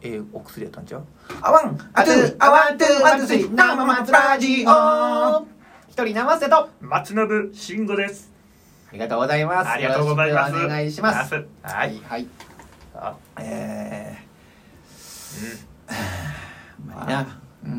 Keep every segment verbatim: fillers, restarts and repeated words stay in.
ええお薬やったんちゃう。あワンあトゥあワントゥワントゥスリー生松ラジオ。 一人生瀬と松信慎吾です。 ありがとうございます。 ありがとうございます。 よろしくお願いします。 はいはい。 あえー、まあな。うん。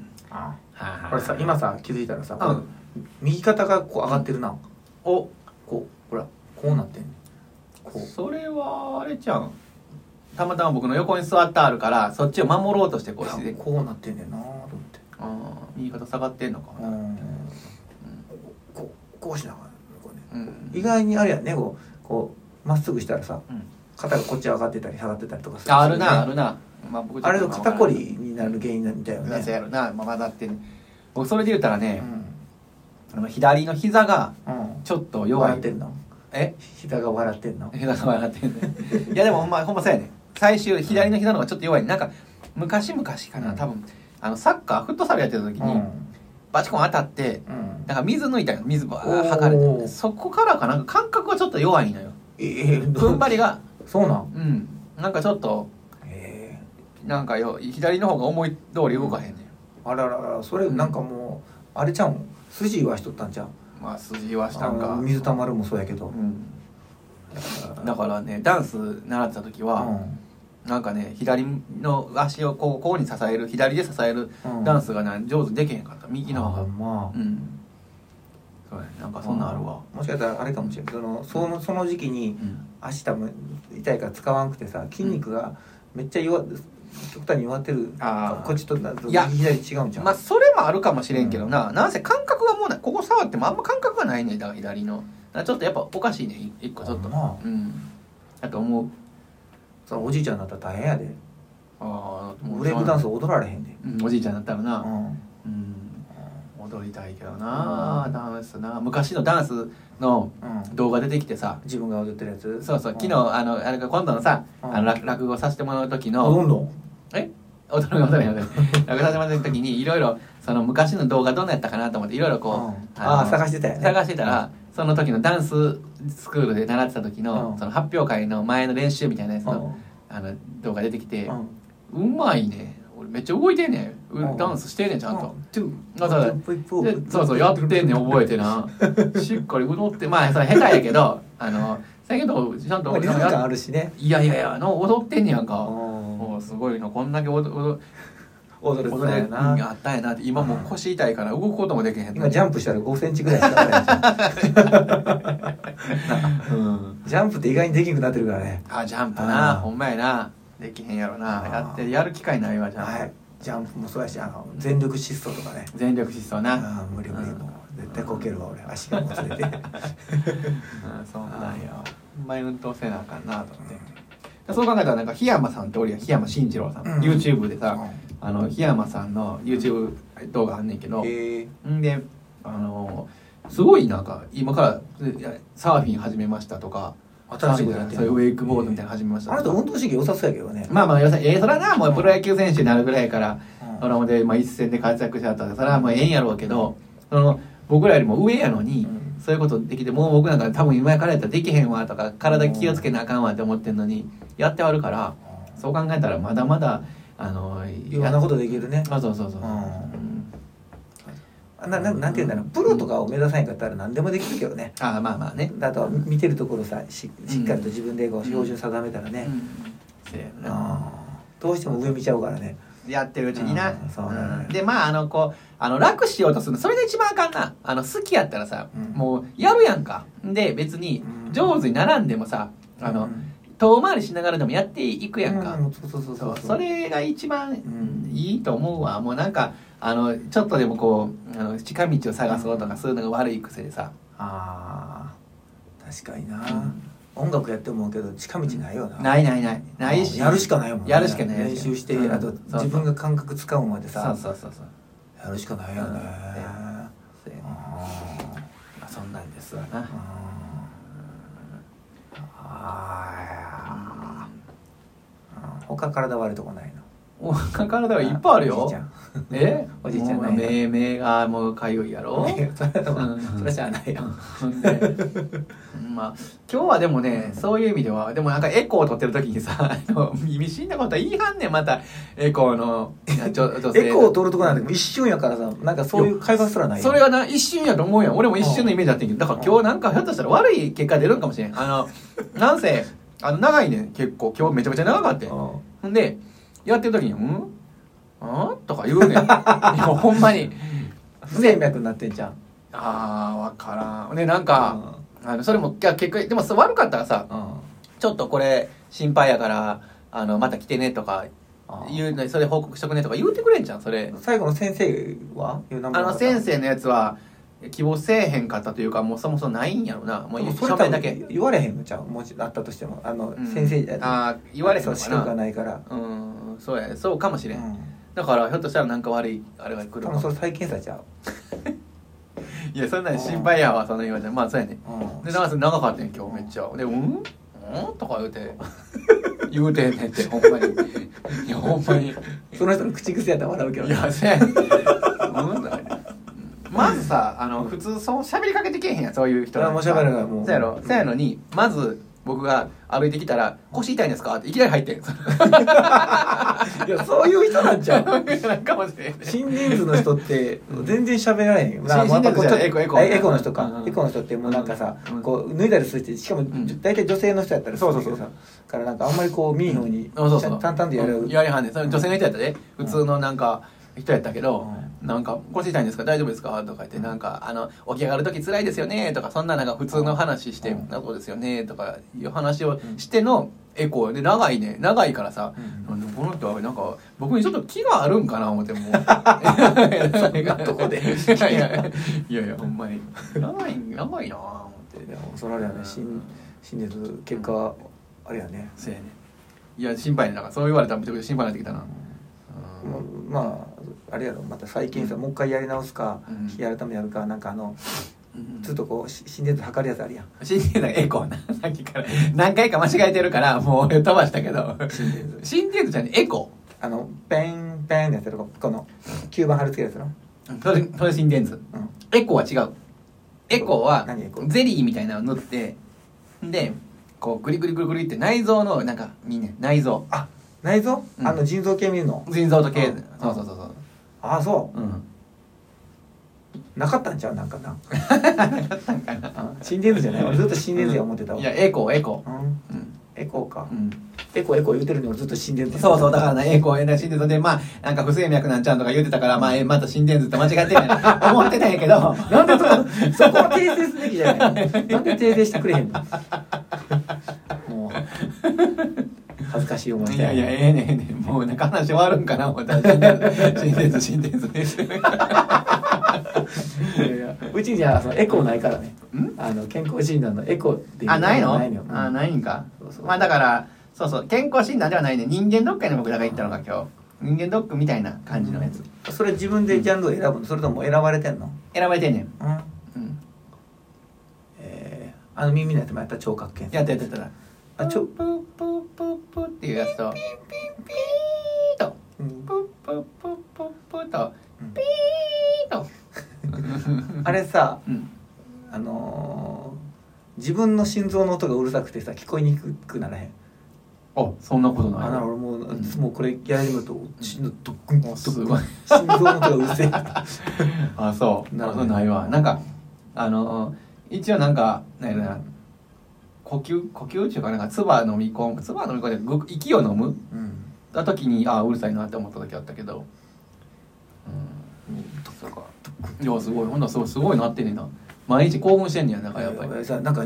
あはこれさ今さ気づいたらさ、 うん右肩がこう上がってるな、 お、 こうほらこうなってんねんこう。 それはあれちゃん。たまたま僕の横に座ってあるからそっちを守ろうとしてこうしてこうなってんねんなと思って。 ああ、右肩下がってんのか。 うんこうこうしながらこう、ねうん、 意外にあれやね、こうこうまっすぐしたらさ、 うん、 肩がこっち上がってたり下がってたりとかする、 ああるなあるな、まあ、僕あれの肩こりになる原因みたいよね。 そうやるな、まあ、だって僕それで言うたらね、 うん、 あの左の膝がうんちょっと弱い。 笑ってんの？ え？ 膝が笑ってんの？ 膝が笑ってんねいやでもほんまほんまそうやね。最終左の膝の方がちょっと弱い。なんか昔々かな、多分あのサッカーフットサルやってた時に、うん、バチコン当たって、うん、なんか水抜いたよ。水ばー吐かれて、そこからかなんか感覚がちょっと弱いのよ。えー、踏ん張りが。 そうなん？ うん。なんかちょっと、えー、なんかよ左の方が思い通り動かへんねん。 あららら、それなんかもう、うん、あれちゃうん筋言わしとったんちゃう。 まあ筋言わしたんか。 水たまるもそうやけど、うん、 だからねダンス習ってた時は、うん、なんかね左の足をこうこうに支える左で支えるダンスがね上手にできへんかった。右の方が。まあ、うん。そうやね、なんかそんなんあるわ。 もしかしたらあれかもしれない。そのそのその時期に足多分痛いから使わんくてさ、筋肉がめっちゃ弱極端に弱ってる、あこっちと左違うんちゃう。 まあそれもあるかもしれんけどな、うん、なんせ感覚がもうない。ここ触ってもあんま感覚がないね。だから左のちょっとやっぱおかしいね一個ちょっと。まあ、うん。だと思う。 そのおじいちゃんだったら大変やで。 ああ、 ブレイクダンス踊られへんで。 うん、おじいちゃんだったらな。うん。うん、踊りたいけどな、うん、ダンスな。昔のダンスの動画出てきてさ、 自分が踊ってるやつ。 そうそう。昨日、うん、あのあれが今度のさ、うん、あの 落, 落語させてもらう時の。 踊んの？ え？踊る踊る踊る。落語させてもらう時にいろいろその昔の動画どんなやったかなと思っていろいろこう、うん、 ああ探してたよね。 探してたら。その時のダンススクールで習ってた時の、うん、その発表会の前の練習みたいなやつの、うん、あの動画出てきて、うん、うまいね。俺めっちゃ動いてんねん、うん、ダンスしてんねんちゃんと、うん、そうそうそうやってんねん覚えてなしっかり踊ってまあそれ下手やけどあのだけどちゃんとリズム感あるしね。 いやいやいやの踊ってんねやんか。もうすごいのこんだけ踊踊踊れたやな、 うん、あったんやなって。今もう腰痛いから動くこともできへん。 今ジャンプしたらごセンチぐらいしかないうん、ジャンプって意外にできなくなってるからね。 あジャンプな、ほんまやな。できへんやろな。やってやる機会ないわジャンプ、はい、 ジャンプもそうやしあの全力疾走とかね。 全力疾走な。 あ無理無理、もう絶対こけるわ俺足がもつれてそうなんや。ほんまに運動せなあかんなと思って。そう考えたらなんか檜山さんっておるやん。檜山慎一郎さん、うん、YouTube でさ、うん、あの檜山さんの YouTube 動画あんねんけど、んであのすごいなんか今からサーフィン始めましたとか、 新しいことやってる、 そういうウェイクボードみたいなの始めました。 あなた運動神経良さそうやけどね。 まあまあ良さええー、それはなもうプロ野球選手になるぐらいから、うん、それでまあ一戦で活躍しちゃったらそれはもうええんやろうけど、その僕らよりも上やのに、うん、そういうことできてもう僕なんか多分今からやったらできへんわとか体気をつけなあかんわって思ってんのにやってはるから、そう考えたらまだまだあのいろんなことできるね。 あそうそうそうそう、 うん、な, な, なんていうんだろう、プロとかを目指さんかったら何でもできるけどね。 あまあまあね。 だと見てるところさ し, しっかりと自分でこう標準定めたらね、うんうん、あどうしても上見ちゃうからね。 やってるうちにな。 そうだね。 でまああのこうあの楽しようとするのそれが一番あかんな。あの好きやったらさ、うん、もうやるやんか。で別に上手に並んでもさあの、うん遠回りしながらでもやっていくやんか。それが一番いいと思うわ。もうなんかあのちょっとでもこうあの近道を探そうとかそういうのが悪い癖でさ。 あ確かにな、うん、音楽やって思うけど近道ないよな。 ないないないないしやるしかないもんね。 やるしかない。 練習して、うん、あと自分が感覚使うまでさそうそうそうそうやるしかないよね、うん、 あそんなんですわな。 他体割るとこないの？ お腹体はいっぱいあるよ。えおじいちゃんもう目目がもうかゆいやろ。 それはそれじゃないよ。 まあ今日はでもね、そういう意味ではでもなんかエコーを取ってる時にさ、あの意味深なこと言いはんねんまたエコーの女性。 エコーを取るとこなんて一瞬やからさ、なんかそういう会話すらないよ。 それはな一瞬やと思うやん。俺も一瞬のイメージだったんやけど、だから今日なんかひょっとしたら悪い結果出るんかもしれん。あのなんせあの長いねん結構今日めちゃめちゃ長かったん。ほんでやってる時に「んあ?」とか言うねん。いやほんまに不整脈になってんじゃん。 あー分からん。でなんか、うん、あのそれもいや結果でも悪かったらさ、うん、ちょっとこれ心配やからあのまた来てねとか言うのそれ報告しとくねとか言うてくれんじゃん。それ最後の先生はあの先生のやつは希望せえへんかったというかもうそもそもないんやろな。もうそれだけ言われへんのちゃう。もしあったとしてもあの、うん、先生じゃあ言われへんのかな。 資格がないから。 うんそうやそうかもしれん、うん、だからひょっとしたらなんか悪いあれが来るかも。 それ再検査ちゃう。 いやそんなに心配やわその言われてまあそうやね。で長さ長かったん今日めっちゃでうんうんとか言うて言うてんねんってほんまにいやほんまにその人の口癖やったら笑うけど、 ね、いやそうやねんまずさあの普通そう喋りかけてけえへんやそういう人はもう喋るからもうそうやろそうやのにまず僕が歩いてきたら「腰痛いんですか?」っていきなり入ってん。いやそういう人なんちゃうかもしれんね。 心電図の人って全然喋られへんよ。 心電図じゃエコエコエコの人か、うん、エコの人ってもうなんかさ、うん、こう脱いだりするってしかも大体女性の人やったりするんだけどさ、からなんかあんまりこう見えんように淡々とやる、 うん、やりはんねん。その女性の人やったで普通のなんか人やったけど、うん、なんか「腰痛いんですか大丈夫ですか?」とか言ってなんかあの「起き上がる時辛いですよね」とかそんななんか普通の話して「そうですよね」とかいう話をしてのエコーで長いね長いからさ、うん、この人はなんか僕にちょっと気があるんかな思ってもうそんなとこでいやいやいやいやほんまに長い長いな思って。 でもそれあれやね心心電図結果あれやね。 そうやね。いや心配ねだからそう言われたらめちゃくちゃ心配になってきたな。 うん、まああれやろまた再検査、うん、もう一回やり直すか、うん、日改めやるかなんかあの、うん、ずっとこう心電図測るやつあるやん。 心電図エコーなさっきから何回か間違えてるからもう飛ばしたけど心電図心電図じゃねエコーあのペンペンのやつやろこの吸盤貼り付けるやつのそれそれ心電図、うん、エコーは違う。エコーはゼリーみたいなの塗ってでこうグリグリグリグリって内臓のなんかみんな内臓あ内臓、うん、あの腎臓系見るの腎臓と系、うん、そうそうそうそうああそう、うん、なかったんちゃうなんかななかったんかな心電図じゃない俺ずっと心電図や思ってたわ、 うん、いやエコーエコー、うんうん、エコーか、うん、エコーエコー言うてるのにずっと心電図そうそうだからねエコー心電図でまあなんか不整脈なんちゃうんとか言うてたからまあまた心電図って間違ってる思ってたんやけどなんでそこは訂正すべきじゃないなんで訂正してくれへんのもう恥ずかしい思い。 いやいやええねええねもうなんか話終わるんかな思ったら心電図心電図ですいやいやうちじゃそのエコーないからねあの健康診断のエコーっていうあないのないの、うん、あないんかそうそうまあだからそうそう健康診断ではないね人間ドックやね僕らが言ったのが今日人間ドックみたいな感じのやつ、 うん、それ自分でジャンルを選ぶのそれとも選ばれてんの選ばれてんねんうん、うんえー、あの耳のやつもやった聴覚検査やったやったやったあちょプープープープーっていうやつとピーピーとプープープープープーとピーとあれさ、うん、あのー、自分の心臓の音がうるさくてさ聞こえにくくならへんあそんなことないあな俺もう、うん、もうこれやり始めると心臓ドックンドックン心臓の音がうるせえあそうなるほどないわなんかあのー、一応なんかなんやろな呼吸呼吸っていうかなんか唾飲み込む唾飲み込んで息を飲む、うん、た時にああうるさいなって思った時あったけど、うん、うん、そうかいやすごいほんならすごいすごいなってんねんな毎日興奮してんねやなんかやっぱりさなんか、うん、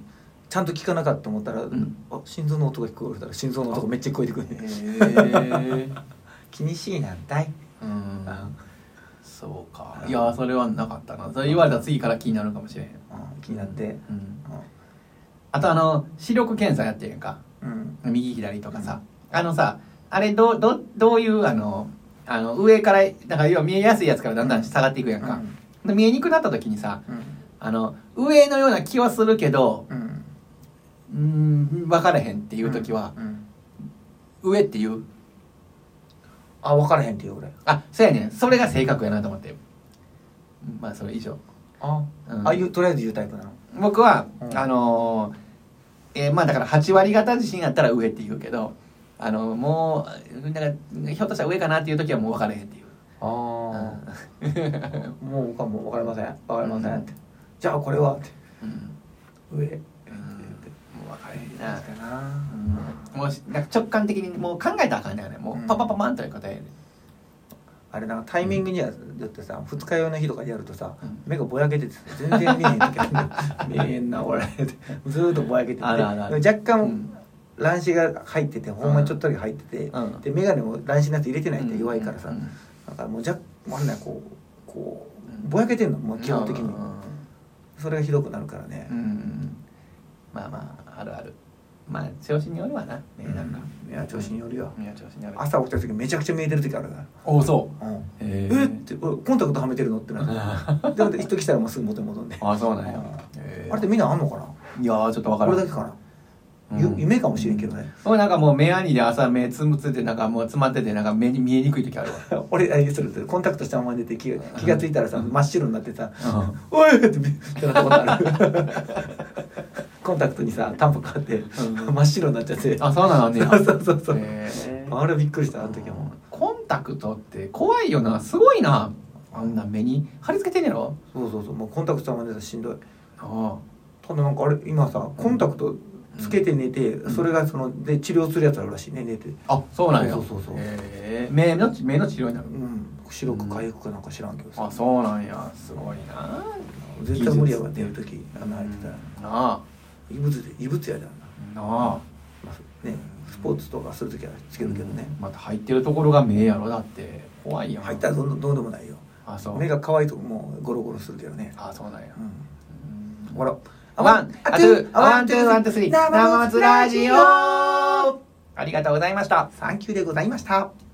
ちゃんと聞かなかったと思ったら、うん、あ心臓の音が聞こえたら心臓の音がめっちゃ聞こえてくるねへえ気にしいなんだいうんそうかいやそれはなかったなそれ言われたら次から気になるかもしれへん、うん、 気になって、うんうんあとあの視力検査やってるやんか、うん、右左とかさ、うん、あのさあれどどどういうあのあの上からなんか要は見えやすいやつからだんだん下がっていくやんか、うん、で見えにくくなった時にさ、うん、あの上のような気はするけどうんうん分からへんっていう時は、うんうん、上って言うあ分からへんっていうぐらい。 あそうやねんそれが性格やなと思って。まあそれ以上。 あ、うん、あいうとりあえず言うタイプなの。 僕は、 うん、 あのー、えー、まあだからはち割方自信あったら上って言うけど、あのー、もうなんかひょっとしたら上かなっていう時はもう分からへんっていう。 ああ、うん、もう僕はもう分かりません分かりませんって、うん、じゃあこれはって、うん、上、うん、もう分かれへんな、うん、もうなんか直感的にもう考えたらあかんねんねもうパパパパンという答えで、 あれなんかタイミングにはだってさ二日酔いの日とかやるとさ、うん、目がぼやけてて全然見えへん時ある見えへんな俺ずーっとぼやけててあらあら若干、うん乱視が入っててほんまにちょっとだけ入ってて、うん、で眼鏡も乱視のやつ入れてないって弱いからさ、うん、だからもう若干あんなこうこうぼやけてんのもう基本的に、うん、それがひどくなるからね、うん、 まあまああるあるまあ調子によるわな、ね、なんか、 いや調子によるよ、 いや調子による朝起きた時めちゃくちゃ見えてる時あるから。 おそう、うん、 えー、えってコンタクトはめてるのってなってでも一時したらもうすぐ元に戻んであそうなんや、 えー、あれってみんなあんのかな。 いやーちょっと分からんこれだけかな、うん、夢かもしれんけどね。 俺なんかもう目やにで朝目つむつってなんかもう詰まっててなんか目に見えにくい時あるわ俺あれするコンタクトしたまま出て気が気がついたらさ、うん、真っ白になってさ「おい!」ってなったことあるコンタクトにさタンポ買って、うん、真っ白になっちゃって。 あそうなのね。 そうそうそうそう、えー、あれびっくりしたあの時も。 コンタクトって怖いよなすごいなあんな目に貼り付けてんやろ。 そうそうそうもうコンタクトしたまま出たらしんどい。ああただなんかあれ今さコンタクトつけて寝て、うん、それがそので治療するやつあるらしいね寝て。 あそうなんや。 そうそうそう、 えー、目の目の治療になる。 うん白く回復かなんか知らんけどさ、 うん、あそうなんやすごいな。 絶対無理やわ寝る時あんな入ってたら、 うん、なあ異物で異物やであんな。なあ、まあ、ねスポーツとかする時はつけるけどね、 うん、また入ってるところが目やろだって怖いよ。 入ったらどんどんでもないよ。あそう目が乾いともうゴロゴロするけどね。 あそうなんや、 うん、ほらワン、あ、ツー、ワン、ツー、ワン、ツー、スリー、生松ラジオ。ありがとうございました。 サンキューでございました。